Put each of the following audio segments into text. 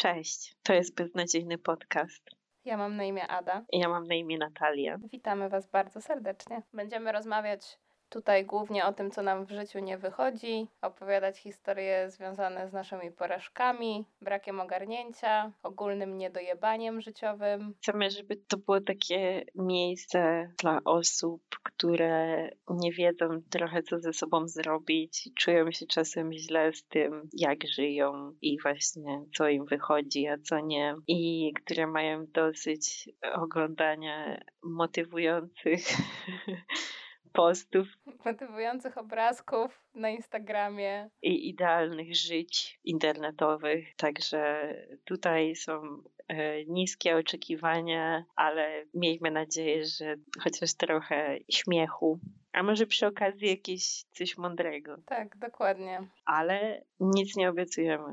Cześć, to jest Beznadziejny Podcast. Ja mam na imię Ada. Ja mam na imię Natalia. Witamy Was bardzo serdecznie. Będziemy rozmawiać tutaj głównie o tym, co nam w życiu nie wychodzi, opowiadać historie związane z naszymi porażkami, brakiem ogarnięcia, ogólnym niedojebaniem życiowym. Chcemy, żeby to było takie miejsce dla osób, które nie wiedzą trochę, co ze sobą zrobić, czują się czasem źle z tym, jak żyją i właśnie co im wychodzi, a co nie. I które mają dosyć oglądania motywujących postów Motywujących obrazków na Instagramie. I idealnych żyć internetowych. Także tutaj są niskie oczekiwania, ale miejmy nadzieję, że chociaż trochę śmiechu. A może przy okazji jakieś coś mądrego. Tak, dokładnie. Ale nic nie obiecujemy.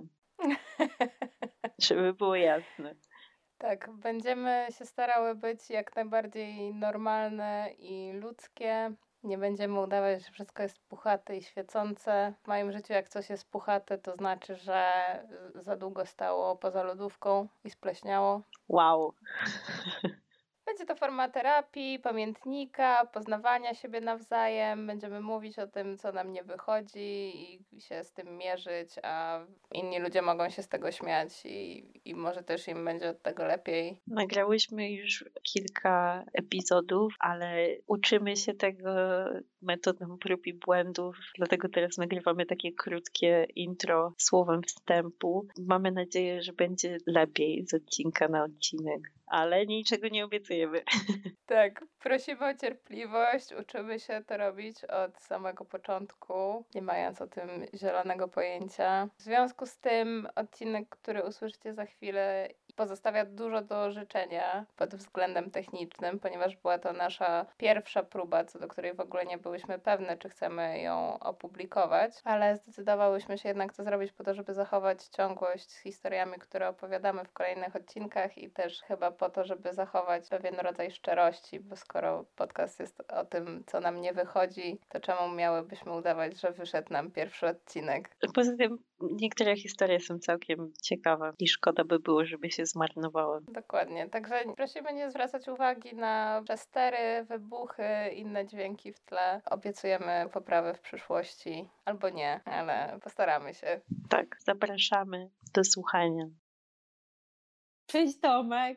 Żeby było jasne. Tak, będziemy się starały być jak najbardziej normalne i ludzkie. Nie będziemy udawać, że wszystko jest puchate i świecące. W moim życiu jak coś jest puchate, to znaczy, że za długo stało poza lodówką i spleśniało. Wow. Będzie to forma terapii, pamiętnika, poznawania siebie nawzajem. Będziemy mówić o tym, co nam nie wychodzi i się z tym mierzyć, a inni ludzie mogą się z tego śmiać i może też im będzie od tego lepiej. Nagrałyśmy już kilka epizodów, ale uczymy się tego metodą prób i błędów, dlatego teraz nagrywamy takie krótkie intro słowem wstępu. Mamy nadzieję, że będzie lepiej z odcinka na odcinek, ale niczego nie obiecujemy. Tak, prosimy o cierpliwość, uczymy się to robić od samego początku, nie mając o tym zielonego pojęcia. W związku z tym odcinek, który usłyszycie za chwilę, pozostawia dużo do życzenia pod względem technicznym, ponieważ była to nasza pierwsza próba, co do której w ogóle nie byłyśmy pewne, czy chcemy ją opublikować, ale zdecydowałyśmy się jednak to zrobić po to, żeby zachować ciągłość z historiami, które opowiadamy w kolejnych odcinkach i też chyba po to, żeby zachować pewien rodzaj szczerości, bo skoro podcast jest o tym, co nam nie wychodzi, to czemu miałybyśmy udawać, że wyszedł nam pierwszy odcinek? Poza tym niektóre historie są całkiem ciekawe i szkoda by było, żeby się zmarnowały. Dokładnie, także prosimy nie zwracać uwagi na przestery, wybuchy, inne dźwięki w tle. Obiecujemy poprawę w przyszłości, albo nie, ale postaramy się. Tak, zapraszamy do słuchania. Cześć Tomek.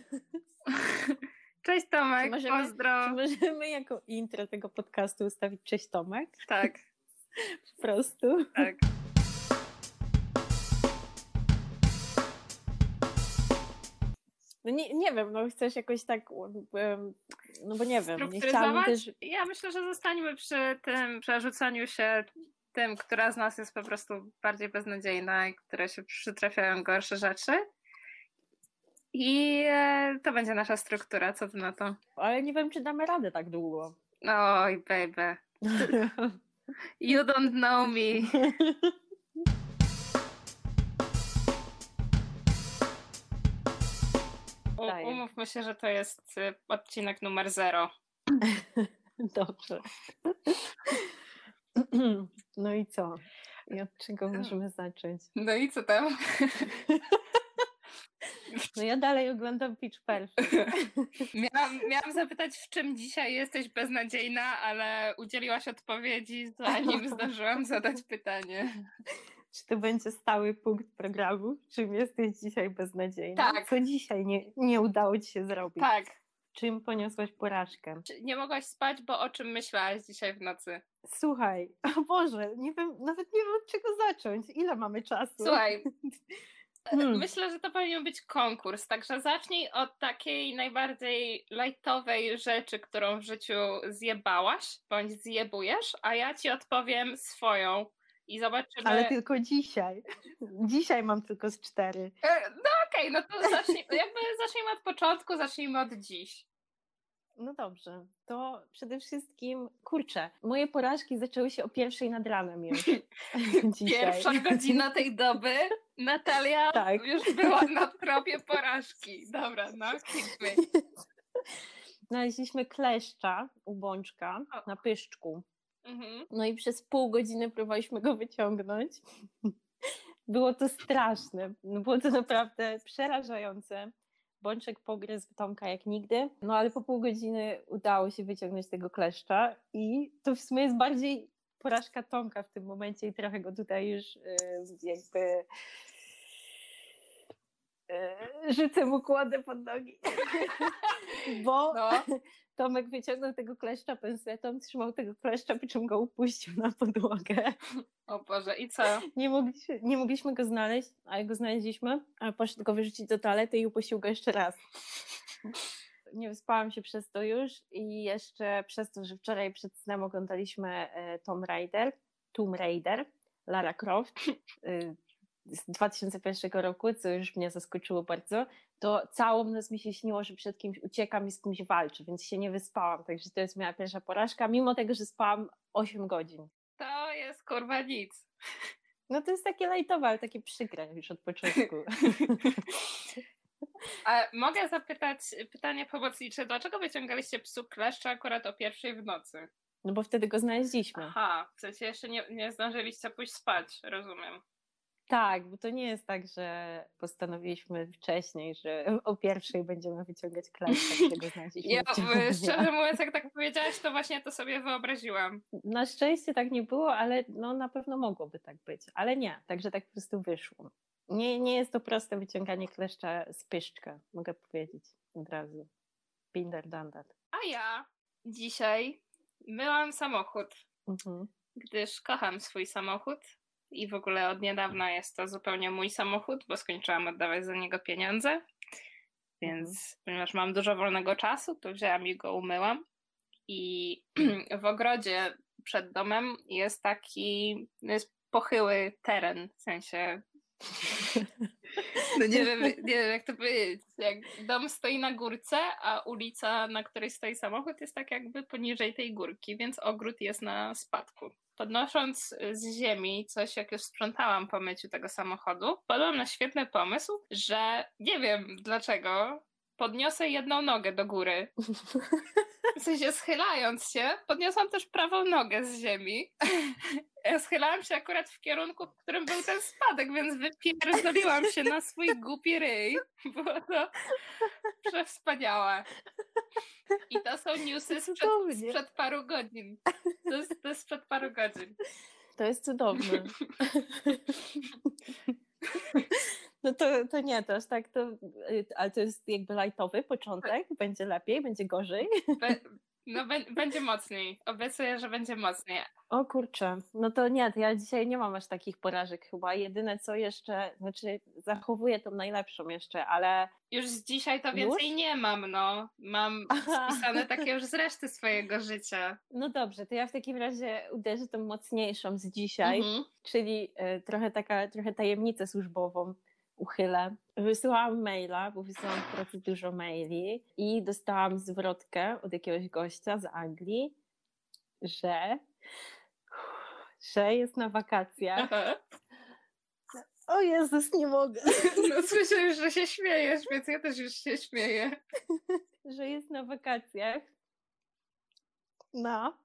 Cześć Tomek, pozdro. Czy możemy jako intro tego podcastu ustawić Cześć Tomek? Tak. Po prostu. Tak. No nie wiem, no chcesz jakoś tak, no bo nie wiem. Nie chciałam też... Ja myślę, że zostańmy przy tym przerzucaniu się tym, która z nas jest po prostu bardziej beznadziejna i które się przytrafiają gorsze rzeczy. I to będzie nasza struktura, co ty na to? Ale nie wiem, czy damy radę tak długo. Oj, baby. You don't know me. Umówmy się, że to jest odcinek numer 0. Dobrze. No i co? I od czego możemy zacząć? No i co tam? No ja dalej oglądam Pitch Perfect. Miałam zapytać, w czym dzisiaj jesteś beznadziejna, ale udzieliłaś odpowiedzi, zanim zdążyłam zadać pytanie. Czy to będzie stały punkt programu? Czym jesteś dzisiaj beznadziejna? Tak. Co dzisiaj nie udało ci się zrobić? Tak. Czym poniosłaś porażkę? Nie mogłaś spać, bo o czym myślałaś dzisiaj w nocy? Słuchaj, o Boże, nie wiem, nawet nie wiem od czego zacząć. Ile mamy czasu? Słuchaj, myślę, że to powinien być konkurs, także zacznij od takiej najbardziej lightowej rzeczy, którą w życiu zjebałaś, bądź zjebujesz, a ja ci odpowiem swoją i zobaczymy... Ale tylko dzisiaj. Dzisiaj mam tylko z 4. No okej, no to zacznijmy od początku, zacznijmy od dziś. No dobrze, to przede wszystkim, kurczę, moje porażki zaczęły się o 1:00 nad ranem już. Dzisiaj. Pierwsza godzina tej doby, Natalia tak. już była na tropie porażki. Dobra, no, hit me. Znaleźliśmy kleszcza u Bączka na pyszczku. Mhm. No i przez pół godziny próbowaliśmy go wyciągnąć. Było to straszne. Było to naprawdę przerażające. Bączek pogryzł Tomka jak nigdy, no ale po pół godziny udało się wyciągnąć tego kleszcza i to w sumie jest bardziej porażka Tomka w tym momencie i trochę go tutaj już jakby rzucę mu kładę pod nogi, bo Tomek wyciągnął tego kleszcza pensetą, trzymał tego kleszcza, po czym go upuścił na podłogę. O Boże, i co? Nie mogliśmy go znaleźć, a jak go znaleźliśmy, poszedł go wyrzucić do toalety i upuścił go jeszcze raz. Nie wyspałam się przez to już i jeszcze przez to, że wczoraj przed snem oglądaliśmy Tomb Raider, Lara Croft z 2001 roku, co już mnie zaskoczyło bardzo, to całą noc mi się śniło, że przed kimś uciekam i z kimś walczę, więc się nie wyspałam, także to jest moja pierwsza porażka, mimo tego, że spałam 8 godzin. To jest kurwa nic. No to jest takie lajtowe, ale takie przykre już od początku. A mogę zapytać pytanie pomocnicze, dlaczego wyciągaliście psu kleszcza akurat o 1:00 w nocy? No bo wtedy go znaleźliśmy. Aha, w sensie jeszcze nie zdążyliście pójść spać, rozumiem. Tak, bo to nie jest tak, że postanowiliśmy wcześniej, że o 1:00 będziemy wyciągać kleszcza, którego znaleźliśmy. Ja szczerze mówiąc, jak tak powiedziałaś, to właśnie to sobie wyobraziłam. Na szczęście tak nie było, ale no na pewno mogłoby tak być, ale nie, także tak po prostu wyszło. Nie jest to proste wyciąganie kleszcza z pyszczka, mogę powiedzieć od razu. Binder done that. A ja dzisiaj myłam samochód, gdyż kocham swój samochód i w ogóle od niedawna jest to zupełnie mój samochód, bo skończyłam oddawać za niego pieniądze, więc ponieważ mam dużo wolnego czasu, to wzięłam i go umyłam i w ogrodzie przed domem jest jest pochyły teren, w sensie no nie wiem jak to powiedzieć, jak dom stoi na górce, a ulica, na której stoi samochód jest tak jakby poniżej tej górki, więc ogród jest na spadku. Podnosząc z ziemi coś, jak już sprzątałam po myciu tego samochodu, wpadłam na świetny pomysł, że nie wiem dlaczego, podniosę jedną nogę do góry. W sensie schylając się, podniosłam też prawą nogę z ziemi. Ja schylałam się akurat w kierunku, w którym był ten spadek, więc wypierdoliłam się na swój głupi ryj. Było to przewspaniałe. I to są newsy sprzed paru godzin. To jest sprzed paru godzin. To jest cudowne. No to nie, to aż tak, ale to jest jakby lajtowy początek, będzie lepiej, będzie gorzej. Będzie mocniej, obiecuję, że będzie mocniej. O kurczę, no to nie, to ja dzisiaj nie mam aż takich porażek chyba, jedyne co jeszcze, znaczy zachowuję tą najlepszą jeszcze, ale... Już z dzisiaj to więcej nie mam, no. Mam spisane takie już z reszty swojego życia. No dobrze, to ja w takim razie uderzę tą mocniejszą z dzisiaj, czyli trochę tajemnicę służbową uchylę. Wysyłałam maila, bo wysyłam w pracy dużo maili i dostałam zwrotkę od jakiegoś gościa z Anglii, że jest na wakacjach. O Jezus, nie mogę. No słyszę już, że się śmiejesz, więc ja też już się śmieję. Że jest na wakacjach. No.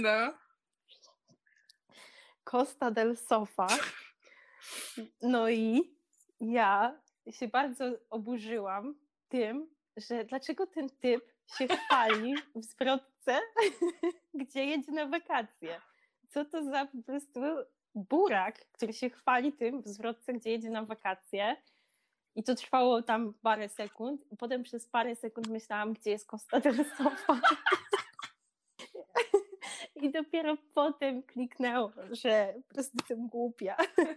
Costa del Sofa. No i ja się bardzo oburzyłam tym, że dlaczego ten typ się chwali w zwrotce, gdzie jedzie na wakacje. Co to za po prostu burak, który się chwali tym w zwrotce, gdzie jedzie na wakacje. I to trwało tam parę sekund. Potem przez parę sekund myślałam, gdzie jest Costa del Sofa. I dopiero potem kliknęło, że po prostu jestem głupia.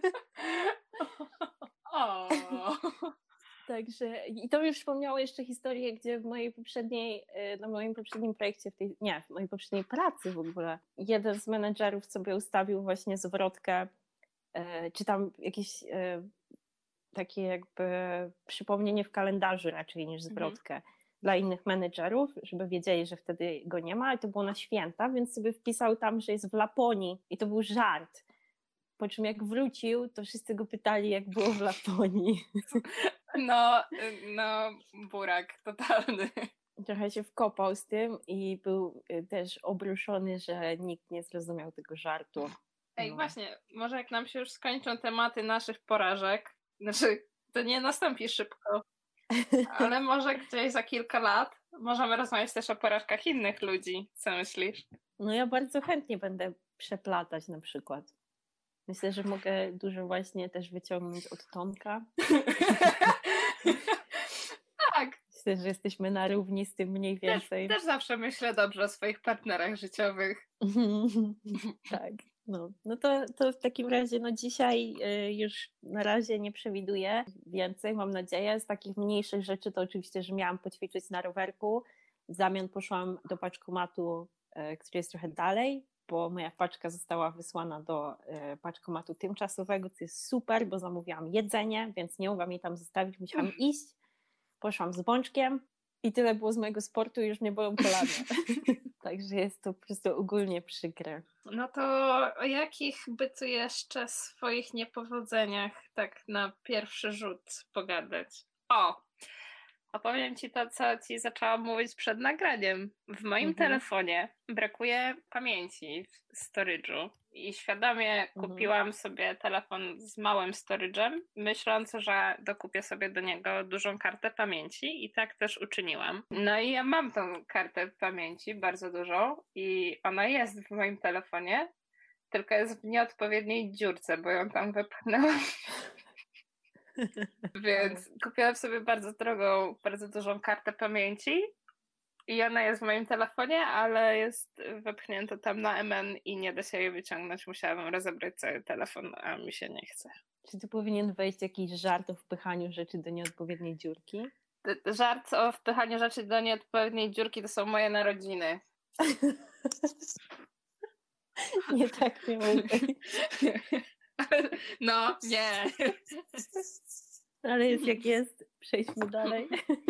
Także i to mi przypomniało jeszcze historię, gdzie w mojej poprzednim projekcie, w mojej poprzedniej pracy w ogóle, jeden z menedżerów sobie ustawił właśnie zwrotkę, czy tam jakieś takie jakby przypomnienie w kalendarzu raczej niż zwrotkę dla innych menedżerów, żeby wiedzieli, że wtedy go nie ma i to było na święta, więc sobie wpisał tam, że jest w Laponii i to był żart. Po czym jak wrócił, to wszyscy go pytali, jak było w Laponii. No, burak totalny. Trochę się wkopał z tym i był też obruszony, że nikt nie zrozumiał tego żartu. Ej, No. właśnie, może jak nam się już skończą tematy naszych porażek, znaczy to nie nastąpi szybko, ale może gdzieś za kilka lat możemy rozmawiać też o porażkach innych ludzi. Co myślisz? No ja bardzo chętnie będę przeplatać na przykład. Myślę, że mogę dużo właśnie też wyciągnąć od Tomka. Tak, Myślę, że jesteśmy na równi z tym mniej więcej. też zawsze myślę dobrze o swoich partnerach życiowych. Tak. No to w takim razie dzisiaj już na razie nie przewiduję więcej, mam nadzieję. Z takich mniejszych rzeczy to oczywiście, że miałam poćwiczyć na rowerku. W zamian poszłam do paczkomatu, który jest trochę dalej, bo moja paczka została wysłana do paczkomatu tymczasowego, co jest super, bo zamówiłam jedzenie, więc nie mogłam jej tam zostawić, musiałam iść. Poszłam z bączkiem i tyle było z mojego sportu i już mnie bolą kolana. Także jest to po prostu ogólnie przykre. No to o jakich by tu jeszcze swoich niepowodzeniach tak na pierwszy rzut pogadać? Opowiem ci to, co ci zaczęłam mówić przed nagraniem. W moim telefonie brakuje pamięci w storage'u i świadomie kupiłam sobie telefon z małym storage'em, myśląc, że dokupię sobie do niego dużą kartę pamięci i tak też uczyniłam. No i ja mam tą kartę pamięci, bardzo dużą, i ona jest w moim telefonie, tylko jest w nieodpowiedniej dziurce, bo ją tam wypchnęłam. Więc kupiłam sobie bardzo drogą, bardzo dużą kartę pamięci i ona jest w moim telefonie, ale jest wepchnięta tam na MN i nie da się jej wyciągnąć. Musiałabym rozebrać cały telefon, a mi się nie chce. Czy tu powinien wejść jakiś żart o wpychaniu rzeczy do nieodpowiedniej dziurki? Żart o wpychaniu rzeczy do nieodpowiedniej dziurki to są moje narodziny. Nie tak miało być. No, nie. Ale jest jak jest. Przejdźmy dalej.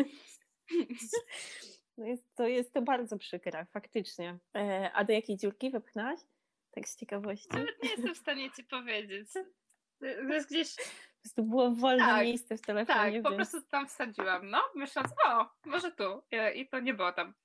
No jest to bardzo przykre, faktycznie. A do jakiej dziurki wypchnęłaś? Tak z ciekawości. Nawet nie jestem w stanie ci powiedzieć. To jest gdzieś... Po prostu było wolne miejsce w telefonie. Tak, więc... po prostu tam wsadziłam, no, myśląc, może tu. I to nie było tam.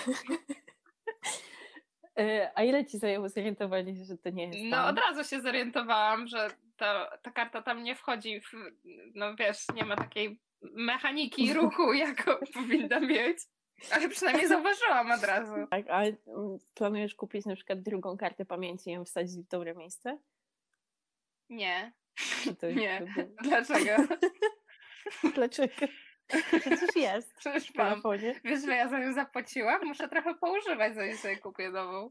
A ile ci zajęło zorientowanie się, że to nie jest tam? No od razu się zorientowałam, że ta karta tam nie wchodzi w, no wiesz, nie ma takiej mechaniki ruchu, jaką powinna mieć. Ale przynajmniej zauważyłam od razu. Tak, a planujesz kupić na przykład drugą kartę pamięci i ją wsadzić w dobre miejsce? Nie. To nie. Dlaczego? Dlaczego? Przecież jest. Przecież mam. Wiesz, że ja za nią zapłaciłam? Muszę trochę poużywać, zanim sobie kupię nową.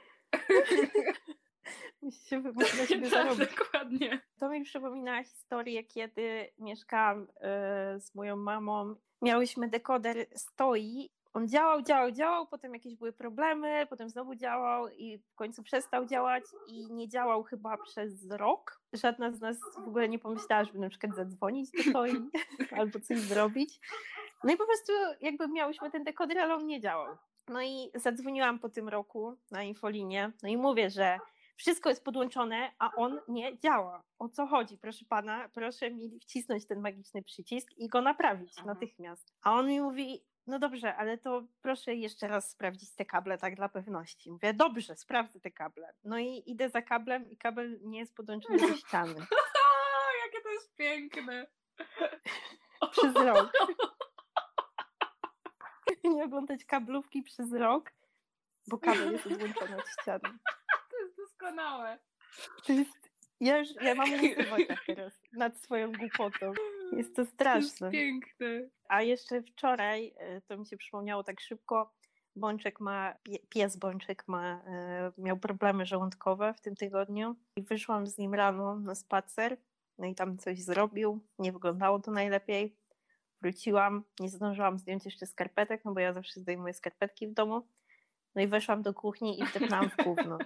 Musi się na siebie zarobić. Dokładnie. To mi przypomina historię, kiedy mieszkałam z moją mamą. Miałyśmy dekoder Stoi. On działał, potem jakieś były problemy, potem znowu działał i w końcu przestał działać i nie działał chyba przez rok. Żadna z nas w ogóle nie pomyślała, żeby na przykład zadzwonić do Stoi albo coś zrobić. No i po prostu jakby miałyśmy ten dekoder, ale on nie działał. No i zadzwoniłam po tym roku na infolinię, no i mówię, że wszystko jest podłączone, a on nie działa. O co chodzi, proszę pana? Proszę mi wcisnąć ten magiczny przycisk i go naprawić natychmiast. A on mi mówi, no dobrze, ale to proszę jeszcze raz sprawdzić te kable tak dla pewności. Mówię, dobrze, sprawdzę te kable. No i idę za kablem i kabel nie jest podłączony do ściany. Jakie to jest piękne. Przez rok. Nie oglądać kablówki przez rok, bo kabel jest odłączony od ściany. To jest doskonałe. To jest... Ja mam łzy w oczach teraz nad swoją głupotą. Jest to straszne. To jest piękne. A jeszcze wczoraj, to mi się przypomniało tak szybko, pies Bączek miał problemy żołądkowe w tym tygodniu i wyszłam z nim rano na spacer, no i tam coś zrobił, nie wyglądało to najlepiej. Wróciłam, nie zdążyłam zdjąć jeszcze skarpetek, no bo ja zawsze zdejmuję skarpetki w domu. No i weszłam do kuchni i wdepnęłam w gówno.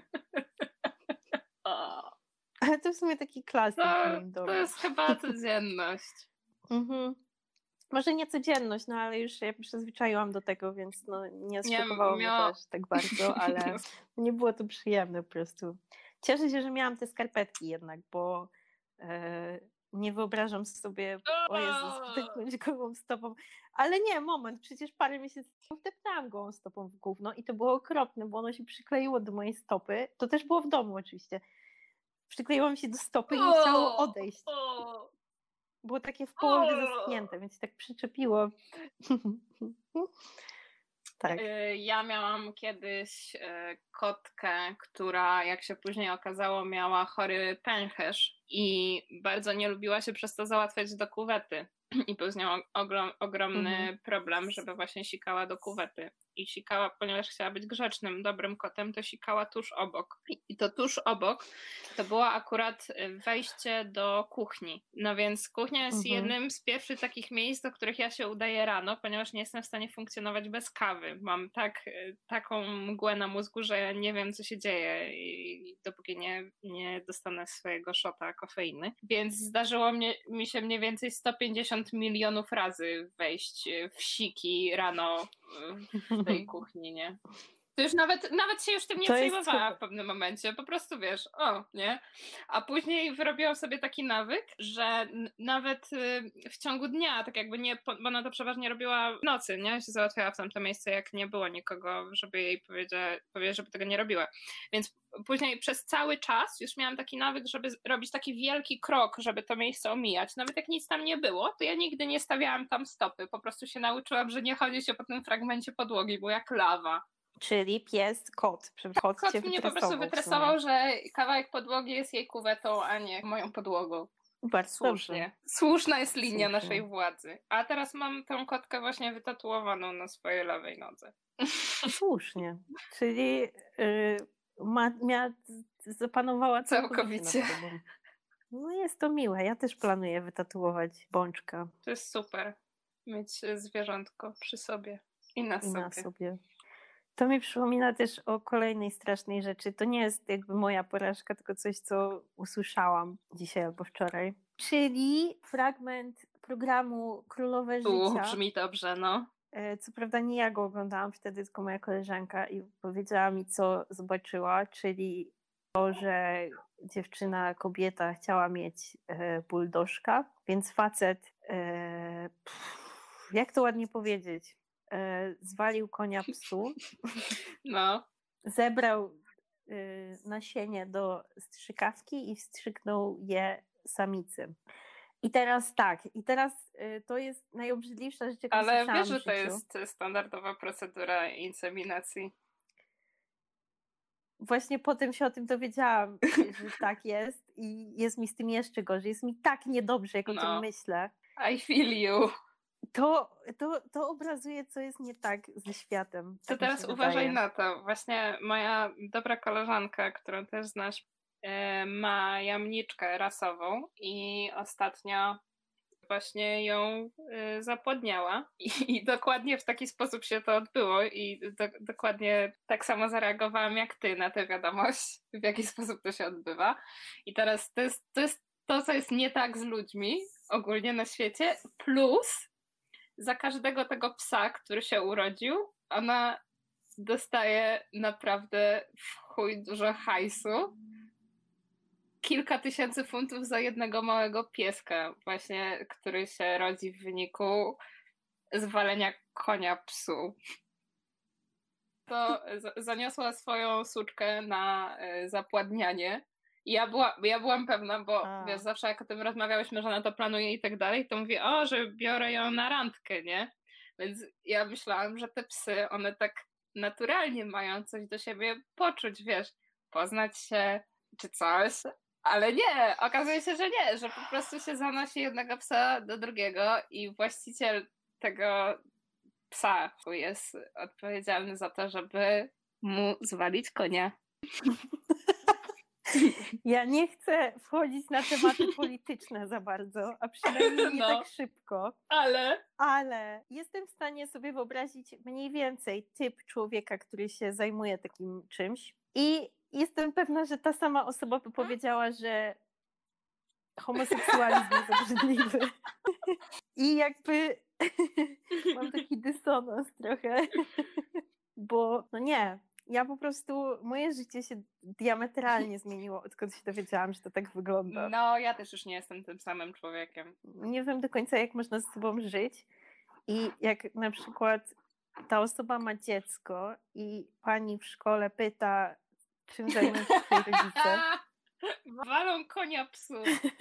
Ale to w sumie taki klasyk w moim domu. To jest chyba codzienność. Może nie codzienność, no ale już ja przyzwyczaiłam do tego, więc no, nie zszokowało mnie też tak bardzo, ale nie było to przyjemne po prostu. Cieszę się, że miałam te skarpetki jednak, bo nie wyobrażam sobie, o Jezus, wdepnąć gołą stopą. Ale nie, moment, przecież parę miesięcy temu wdepnęłam gołą stopą w gówno i to było okropne, bo ono się przykleiło do mojej stopy. To też było w domu oczywiście. przykleiło mi się do stopy i nie chciało odejść. Było takie w połowie zaschnięte, więc tak przyczepiło. Tak. Ja miałam kiedyś kotkę, która, jak się później okazało, miała chory pęcherz i bardzo nie lubiła się przez to załatwiać do kuwety. I był z nią ogromny problem, żeby właśnie sikała do kuwety. I sikała, ponieważ chciała być grzecznym, dobrym kotem, to sikała tuż obok. I to tuż obok to było akurat wejście do kuchni. No więc kuchnia jest jednym z pierwszych takich miejsc, do których ja się udaję rano, ponieważ nie jestem w stanie funkcjonować bez kawy. Mam taką mgłę na mózgu, że nie wiem, co się dzieje, dopóki nie dostanę swojego szota kofeiny. Więc zdarzyło mi się mniej więcej 150 milionów razy wejść w siki rano w tej kuchni, nie? To już nawet się już tym nie przejmowała w pewnym momencie, po prostu wiesz, nie? A później wyrobiłam sobie taki nawyk, że nawet w ciągu dnia, tak jakby nie, bo ona to przeważnie robiła w nocy, nie? Się załatwiała w tamto miejsce, jak nie było nikogo, żeby jej powiedzieć, żeby tego nie robiła. Więc później przez cały czas już miałam taki nawyk, żeby robić taki wielki krok, żeby to miejsce omijać. Nawet jak nic tam nie było, to ja nigdy nie stawiałam tam stopy. Po prostu się nauczyłam, że nie chodzi się po tym fragmencie podłogi, bo jak lawa. Czyli kot cię mnie po prostu wytresował, że kawałek podłogi jest jej kuwetą, a nie moją podłogą. Bardzo słusznie. Dobrze. Słuszna jest linia naszej władzy. A teraz mam tę kotkę właśnie wytatuowaną na swojej lewej nodze. Słusznie. Czyli zapanowała całkowicie. No jest to miłe. Ja też planuję wytatuować Bączka. To jest super. Mieć zwierzątko przy sobie i na sobie. To mi przypomina też o kolejnej strasznej rzeczy. To nie jest jakby moja porażka, tylko coś, co usłyszałam dzisiaj albo wczoraj. Czyli fragment programu Królowe Życia. Brzmi dobrze, no. Co prawda nie ja go oglądałam wtedy, tylko moja koleżanka i powiedziała mi, co zobaczyła, czyli to, że kobieta chciała mieć buldożka, więc facet, jak to ładnie powiedzieć, zwalił konia psu, no. zebrał nasienie do strzykawki i wstrzyknął je samicy. I teraz to jest najobrzydliwsza rzecz, jaką słyszałam. Ale wiesz, że to jest standardowa procedura inseminacji. Właśnie potem się o tym dowiedziałam, że tak jest i jest mi z tym jeszcze gorzej. Jest mi tak niedobrze, jak o tym myślę. I feel you. To obrazuje, co jest nie tak ze światem. To teraz uważaj na to. Właśnie moja dobra koleżanka, którą też znasz, ma jamniczkę rasową i ostatnio właśnie ją zapłodniała i dokładnie w taki sposób się to odbyło i dokładnie tak samo zareagowałam jak ty na tę wiadomość, w jaki sposób to się odbywa. I teraz to jest to, co jest nie tak z ludźmi ogólnie na świecie, plus za każdego tego psa, który się urodził, ona dostaje naprawdę w chuj dużo hajsu. Kilka tysięcy funtów za jednego małego pieska, właśnie, który się rodzi w wyniku zwalenia konia psu. To zaniosła swoją suczkę na zapładnianie. I ja byłam pewna, bo wiesz, zawsze jak o tym rozmawiałyśmy, że ona to planuje i tak dalej, to mówię, że biorę ją na randkę, nie? Więc ja myślałam, że te psy, one tak naturalnie mają coś do siebie poczuć, wiesz, poznać się czy coś. Ale nie, okazuje się, że nie, że po prostu się zanosi jednego psa do drugiego i właściciel tego psa jest odpowiedzialny za to, żeby mu zwalić konia. Ja nie chcę wchodzić na tematy polityczne za bardzo, a przynajmniej nie tak szybko. Ale jestem w stanie sobie wyobrazić mniej więcej typ człowieka, który się zajmuje takim czymś i jestem pewna, że ta sama osoba by powiedziała, że homoseksualizm jest obrzydliwy. I jakby mam taki dysonans trochę, bo no nie, ja po prostu, moje życie się diametralnie zmieniło, odkąd się dowiedziałam, że to tak wygląda. No, ja też już nie jestem tym samym człowiekiem. Nie wiem do końca, jak można ze sobą żyć i jak na przykład ta osoba ma dziecko i pani w szkole pyta, czym zajmują się twoi rodzice, Walą konia psu.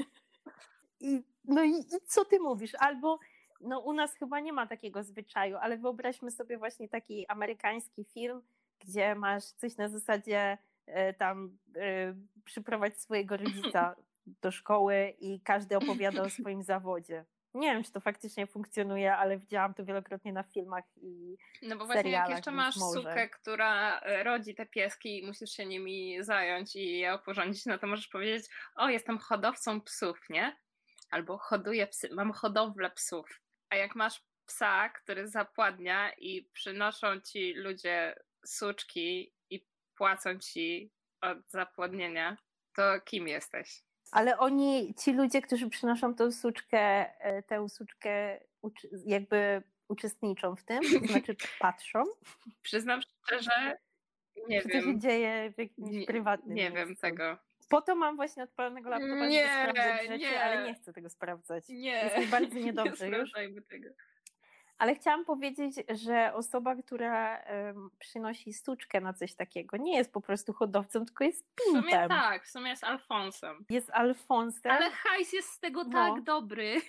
I co ty mówisz? Albo no u nas chyba nie ma takiego zwyczaju, ale wyobraźmy sobie właśnie taki amerykański film, gdzie masz coś na zasadzie przyprowadź swojego rodzica do szkoły i każdy opowiada o swoim zawodzie. Nie wiem, czy to faktycznie funkcjonuje, ale widziałam to wielokrotnie na filmach i No bo właśnie serialach, jak jeszcze więc masz może. sukę, która rodzi te pieski i musisz się nimi zająć i je oporządzić, no to możesz powiedzieć, o, jestem hodowcą psów, nie? Albo hoduję psy, mam hodowlę psów. A jak masz psa, który zapładnia i przynoszą ci ludzie suczki i płacą ci od zapłodnienia, to kim jesteś? Ale ci ludzie, którzy przynoszą tę suczkę jakby uczestniczą w tym, to znaczy patrzą. Przyznam szczerze, nie Czy wiem. to się dzieje w jakimś prywatnym Nie miejscu? wiem tego. Po to mam właśnie odpalonego laptopa, żeby sprawdzać rzeczy, ale nie chcę tego sprawdzać. Nie. Jest mi bardzo niedobrze nie już. Tego. Ale chciałam powiedzieć, że osoba, która przynosi suczkę na coś takiego, nie jest po prostu hodowcą, tylko jest pimpem. W sumie tak, w sumie jest Alfonsem. Jest Alfonsem. Ale hajs jest z tego tak dobry.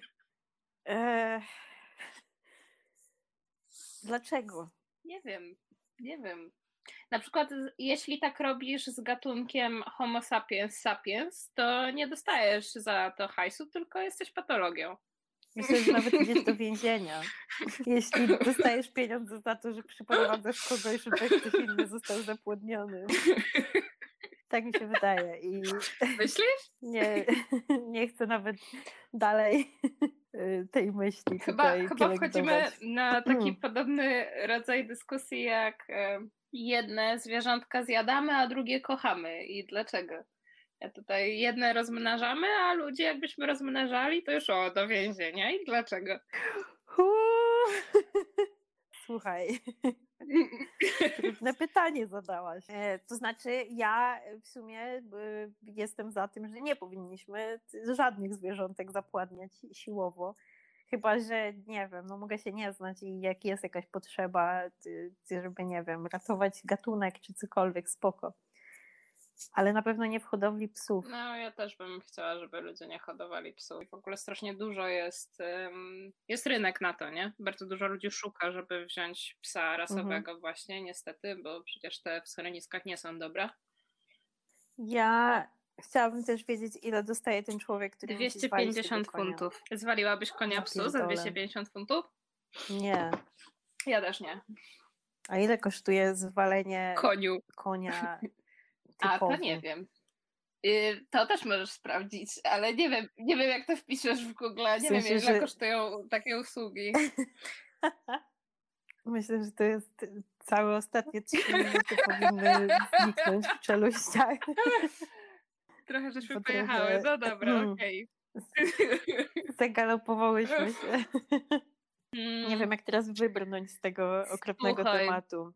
Dlaczego? Nie wiem. Na przykład jeśli tak robisz z gatunkiem Homo sapiens sapiens, to nie dostajesz za to hajsu, tylko jesteś patologią. Myślę, że nawet idziesz do więzienia. Jeśli dostajesz pieniądze za to, że przyprowadzasz kogoś, żeby ktoś inny został zapłodniony. Tak mi się wydaje. I myślisz? Nie chcę nawet dalej tej myśli Chyba wchodzimy na taki podobny rodzaj dyskusji, jak jedne zwierzątka zjadamy, a drugie kochamy. I dlaczego? Tutaj jedne rozmnażamy, a ludzie jakbyśmy rozmnażali, to już do więzienia. I dlaczego? Słuchaj, trudne pytanie zadałaś. To znaczy ja w sumie jestem za tym, że nie powinniśmy żadnych zwierzątek zapładniać siłowo. Chyba, że nie wiem, no mogę się nie znać i jak jest jakaś potrzeba, żeby nie wiem, ratować gatunek czy cokolwiek, spoko. Ale na pewno nie w hodowli psów. No ja też bym chciała, żeby ludzie nie hodowali psów. I w ogóle strasznie dużo jest rynek na to, nie? Bardzo dużo ludzi szuka, żeby wziąć psa rasowego właśnie, niestety, bo przecież te w schroniskach nie są dobre. Ja chciałabym też wiedzieć, ile dostaje ten człowiek, który 250 funtów. Zwaliłabyś konia psu za 250 funtów? Nie. Ja też nie. A ile kosztuje zwalenie konia A to nie wiem. To też możesz sprawdzić, ale nie wiem jak to wpiszesz w Google, nie wiem ile kosztują takie usługi. Myślę, że to jest całe ostatnie 3 minuty powinny zniknąć w czeluściach. Trochę żeśmy pojechały, no dobra, okej. Zagalopowałyśmy się. Nie wiem, jak teraz wybrnąć z tego okropnego tematu.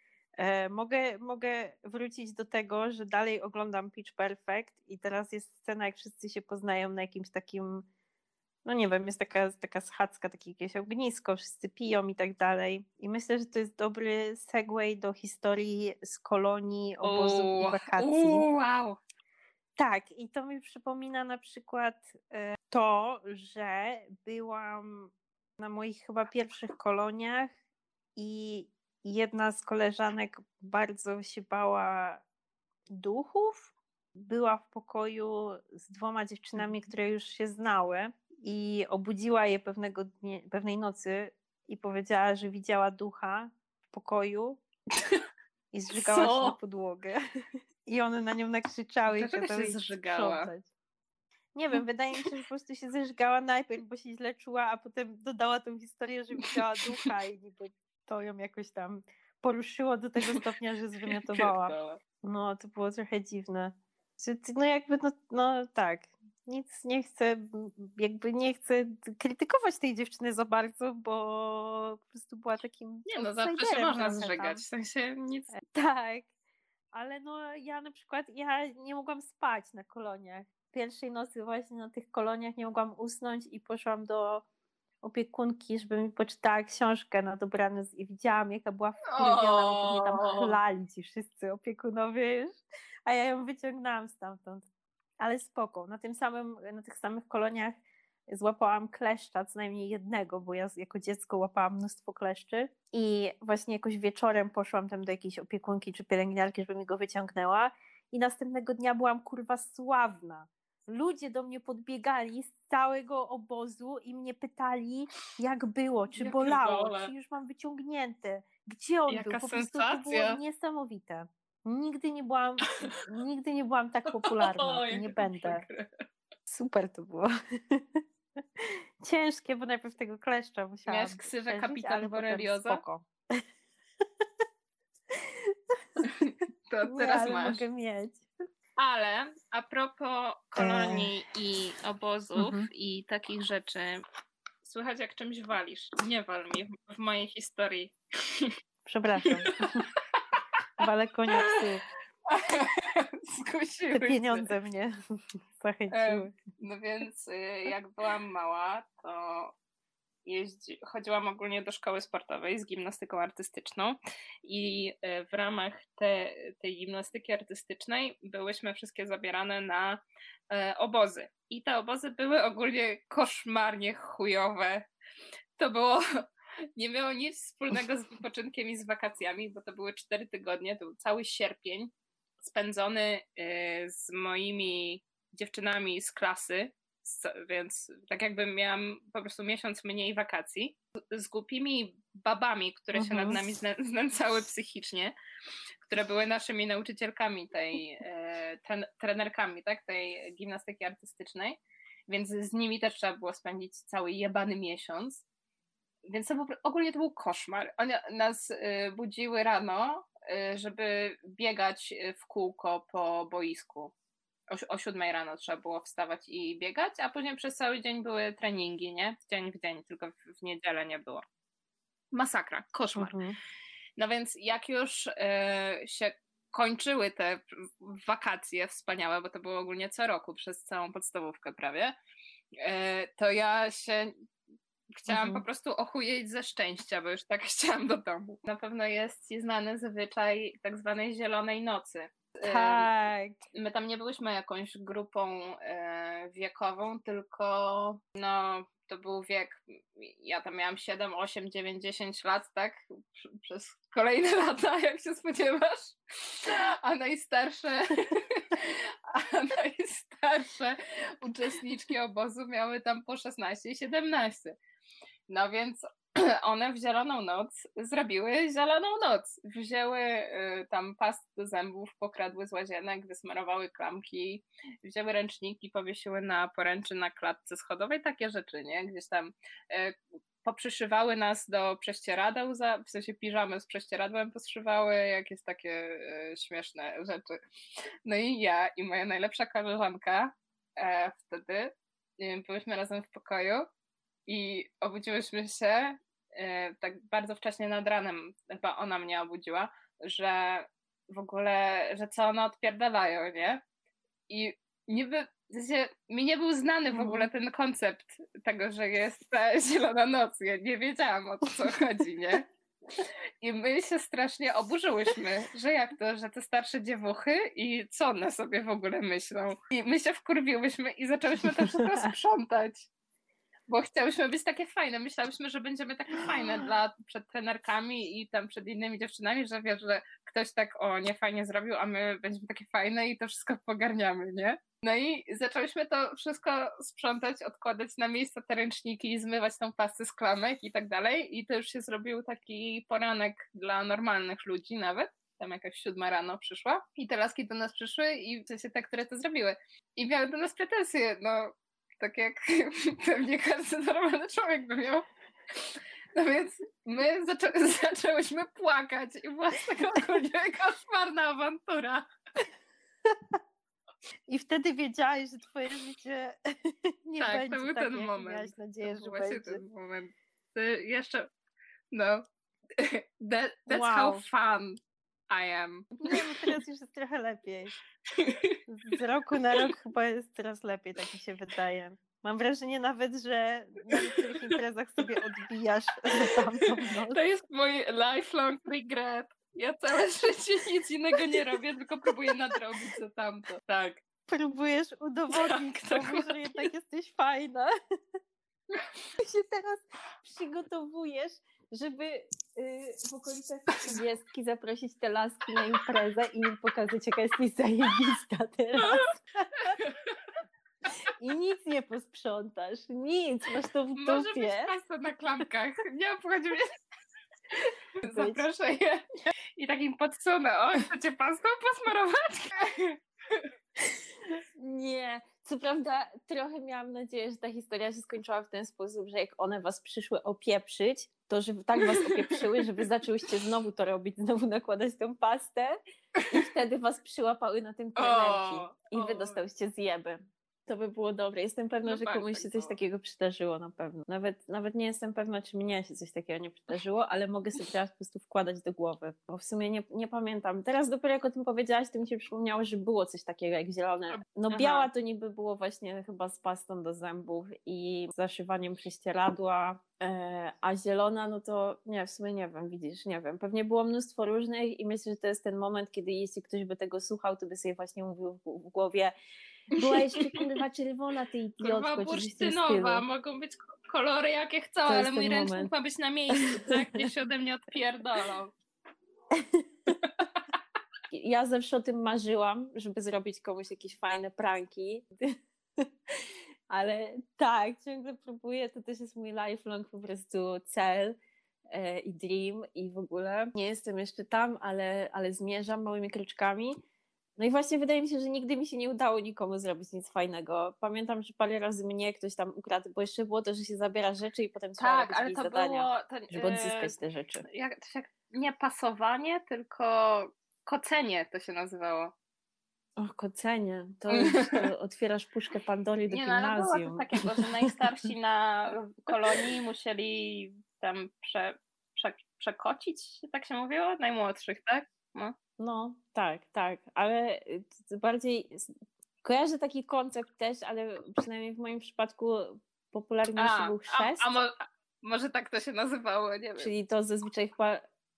Mogę wrócić do tego, że dalej oglądam Pitch Perfect i teraz jest scena, jak wszyscy się poznają na jakimś takim, no nie wiem, jest taka schadzka, takie jakieś ognisko, wszyscy piją i tak dalej. I myślę, że to jest dobry segway do historii z kolonii, obozów i wakacji. Wow. Tak, i to mi przypomina na przykład to, że byłam na moich chyba pierwszych koloniach i jedna z koleżanek bardzo się bała duchów. Była w pokoju z 2 dziewczynami, które już się znały i obudziła je pewnej nocy i powiedziała, że widziała ducha w pokoju i zżygała się na podłogę. I one na nią nakrzyczały i kazały jej sprzątać. Nie wiem, wydaje mi się, że po prostu się zeżgała najpierw, bo się źle czuła, a potem dodała tą historię, że widziała ducha i niby to ją jakoś tam poruszyło do tego stopnia, że zwymiotowała. No, to było trochę dziwne. No jakby, no tak, nic nie chcę krytykować tej dziewczyny za bardzo, bo po prostu była takim nie, no zawsze się można zżygać, w sensie nic. Tak, ale no ja na przykład, ja nie mogłam spać na koloniach. Pierwszej nocy właśnie na tych koloniach nie mogłam usnąć i poszłam do opiekunki, żeby mi poczytała książkę na dobranoc i widziałam, jaka była wkurwiona, bo mnie tam chlali ci wszyscy opiekunowie już, a ja ją wyciągnęłam stamtąd. ale spoko. Na tych samych koloniach złapałam kleszcza, co najmniej jednego, bo ja jako dziecko łapałam mnóstwo kleszczy i właśnie jakoś wieczorem poszłam tam do jakiejś opiekunki czy pielęgniarki, żeby mi go wyciągnęła i następnego dnia byłam kurwa sławna. Ludzie do mnie podbiegali z całego obozu i mnie pytali, jak było, czy bolało, czy już mam wyciągnięte, gdzie on był. Po prostu to było niesamowite. Nigdy nie byłam tak popularna i nie będę. Super to było. Ciężkie, bo najpierw tego kleszcza musiałam Miałeś ksywę przeżyć, kapitan ale Borelioza? spoko. To teraz ale masz. mogę mieć. Ale a propos kolonii i obozów i takich rzeczy, słychać jak czymś walisz. Nie wal mi w mojej historii. Przepraszam. Walę konia psy. Skusiły Te pieniądze mnie zachęciły. No więc jak byłam mała, to chodziłam ogólnie do szkoły sportowej z gimnastyką artystyczną i w ramach tej gimnastyki artystycznej byłyśmy wszystkie zabierane na obozy. I te obozy były ogólnie koszmarnie chujowe. To było... Nie miało nic wspólnego z wypoczynkiem i z wakacjami, bo to były 4 tygodnie, to był cały sierpień spędzony z moimi dziewczynami z klasy, więc tak jakby miałam po prostu miesiąc mniej wakacji, z głupimi babami, które się nad nami znęcały psychicznie, które były naszymi nauczycielkami trenerkami, tak, tej gimnastyki artystycznej, więc z nimi też trzeba było spędzić cały jebany miesiąc. Więc ogólnie to był koszmar. One nas budziły rano, żeby biegać w kółko po boisku. O 7 rano trzeba było wstawać i biegać, a później przez cały dzień były treningi, nie? Dzień w dzień, tylko w niedzielę nie było. Masakra, koszmar. No więc jak już się kończyły te wakacje wspaniałe, bo to było ogólnie co roku przez całą podstawówkę prawie, to ja się chciałam po prostu ochujeć ze szczęścia, bo już tak chciałam do domu. Na pewno jest ci znany zwyczaj tak zwanej zielonej nocy. Tak. My tam nie byłyśmy jakąś grupą wiekową, tylko no to był wiek, ja tam miałam 7, 8, 9, 10 lat, tak? Przez kolejne lata, jak się spodziewasz. A najstarsze uczestniczki obozu miały tam po 16 i 17. No więc one w zieloną noc zrobiły zieloną noc. Wzięły tam past do zębów, pokradły z łazienek, wysmarowały klamki, wzięły ręczniki, powiesiły na poręczy na klatce schodowej, takie rzeczy, nie? Gdzieś tam poprzyszywały nas do prześcieradeł, w sensie piżamy z prześcieradłem poszywały, jakieś takie śmieszne rzeczy. No i ja i moja najlepsza koleżanka wtedy byłyśmy razem w pokoju i obudziłyśmy się tak bardzo wcześnie nad ranem, chyba ona mnie obudziła, że w ogóle, że co one odpierdalają, nie? I niby mi nie był znany w ogóle ten koncept tego, że jest ta zielona noc. Ja nie wiedziałam, o co chodzi, nie? I my się strasznie oburzyłyśmy, że jak to, że te starsze dziewuchy i co one sobie w ogóle myślą. I my się wkurwiłyśmy i zaczęłyśmy to wszystko sprzątać. Bo chciałyśmy być takie fajne. Myślałyśmy, że będziemy takie fajne przed trenerkami i tam przed innymi dziewczynami, że wiesz, że ktoś tak niefajnie zrobił, a my będziemy takie fajne i to wszystko pogarniamy, nie? No i zaczęłyśmy to wszystko sprzątać, odkładać na miejsce te ręczniki, zmywać tą pastę z klamek i tak dalej. I to już się zrobił taki poranek dla normalnych ludzi nawet. Tam jakaś 7 rano przyszła i te laski do nas przyszły i w sensie te, które to zrobiły. I miały do nas pretensje, no tak jak pewnie każdy normalny człowiek by miał. No więc my zaczęłyśmy płakać i była z tego ogólnie koszmarna awantura. I wtedy wiedziałaś, że twoje życie nie tak, będzie to był tak, ten jak moment. miałaś nadzieję, to że właśnie będzie. ten moment. To jeszcze, no, that's Wow. how fun I am. Nie, no teraz już jest trochę lepiej. Z roku na rok chyba jest coraz lepiej, tak mi się wydaje. Mam wrażenie nawet, że na niektórych imprezach sobie odbijasz za tamtą noc. To jest mój lifelong regret. Ja całe życie nic innego nie robię, tylko próbuję nadrobić za tamto. Tak. próbujesz udowodnić komuś, że jednak jesteś fajna. Ty się teraz przygotowujesz, żeby w okolicach 30 zaprosić te laski na imprezę i im pokazać, jaka jesteś zajebista teraz. I nic nie posprzątasz, nic, masz to w Może być dupie. pasta na klamkach. Nie obchodzi mnie. Zaproszę je i takim podsunę. O, chcecie pastą posmarować? Nie, co prawda trochę miałam nadzieję, że ta historia się skończyła w ten sposób, że jak one was przyszły opieprzyć, to że tak was opieprzyły, że wy zaczęłyście znowu to robić, znowu nakładać tę pastę i wtedy was przyłapały na tym trenerki i wy dostałyście zjeby. To by było dobre. Jestem pewna, No że tak, komuś tak się coś było. takiego przydarzyło na pewno. Nawet nie jestem pewna, czy mnie się coś takiego nie przydarzyło, ale mogę sobie teraz po prostu wkładać do głowy, bo w sumie nie pamiętam. Teraz dopiero jak o tym powiedziałaś, to mi się przypomniało, że było coś takiego jak zielone. No Aha. biała to niby było właśnie chyba z pastą do zębów i zaszywaniem prześcieradła, a zielona, no to nie, w sumie nie wiem, widzisz, nie wiem. Pewnie było mnóstwo różnych i myślę, że to jest ten moment, kiedy jeśli ktoś by tego słuchał, to by sobie właśnie mówił w głowie: była jeszcze kurwa czerwona, ty idiotko. Kurwa czy coś w tym bursztynowa, stylu. mogą być kolory jakie chcą, To ale jest mój ten ręcznik moment. ma być na miejscu, tak? Niech się ode mnie odpierdolą. Ja zawsze o tym marzyłam, żeby zrobić komuś jakieś fajne pranki. Ale tak, ciągle próbuję, to też jest mój lifelong po prostu cel i dream i w ogóle. Nie jestem jeszcze tam, ale zmierzam małymi kroczkami. No i właśnie wydaje mi się, że nigdy mi się nie udało nikomu zrobić nic fajnego. Pamiętam, że parę razy mnie ktoś tam ukradł, bo jeszcze było to, że się zabiera rzeczy i potem trzeba Tak, robić ale jakieś to zadania, było żeby odzyskać te rzeczy. nie pasowanie, tylko kocenie to się nazywało. O, kocenie. To już to otwierasz puszkę Pandory do Nie, no ale było gimnazjum. coś takiego, że najstarsi na kolonii musieli tam przekocić, tak się mówiło? Najmłodszych, tak? No, tak, ale bardziej kojarzę taki koncept też, ale przynajmniej w moim przypadku popularniejszy był chrzest, może tak to się nazywało, nie wiem. czyli to zazwyczaj chyba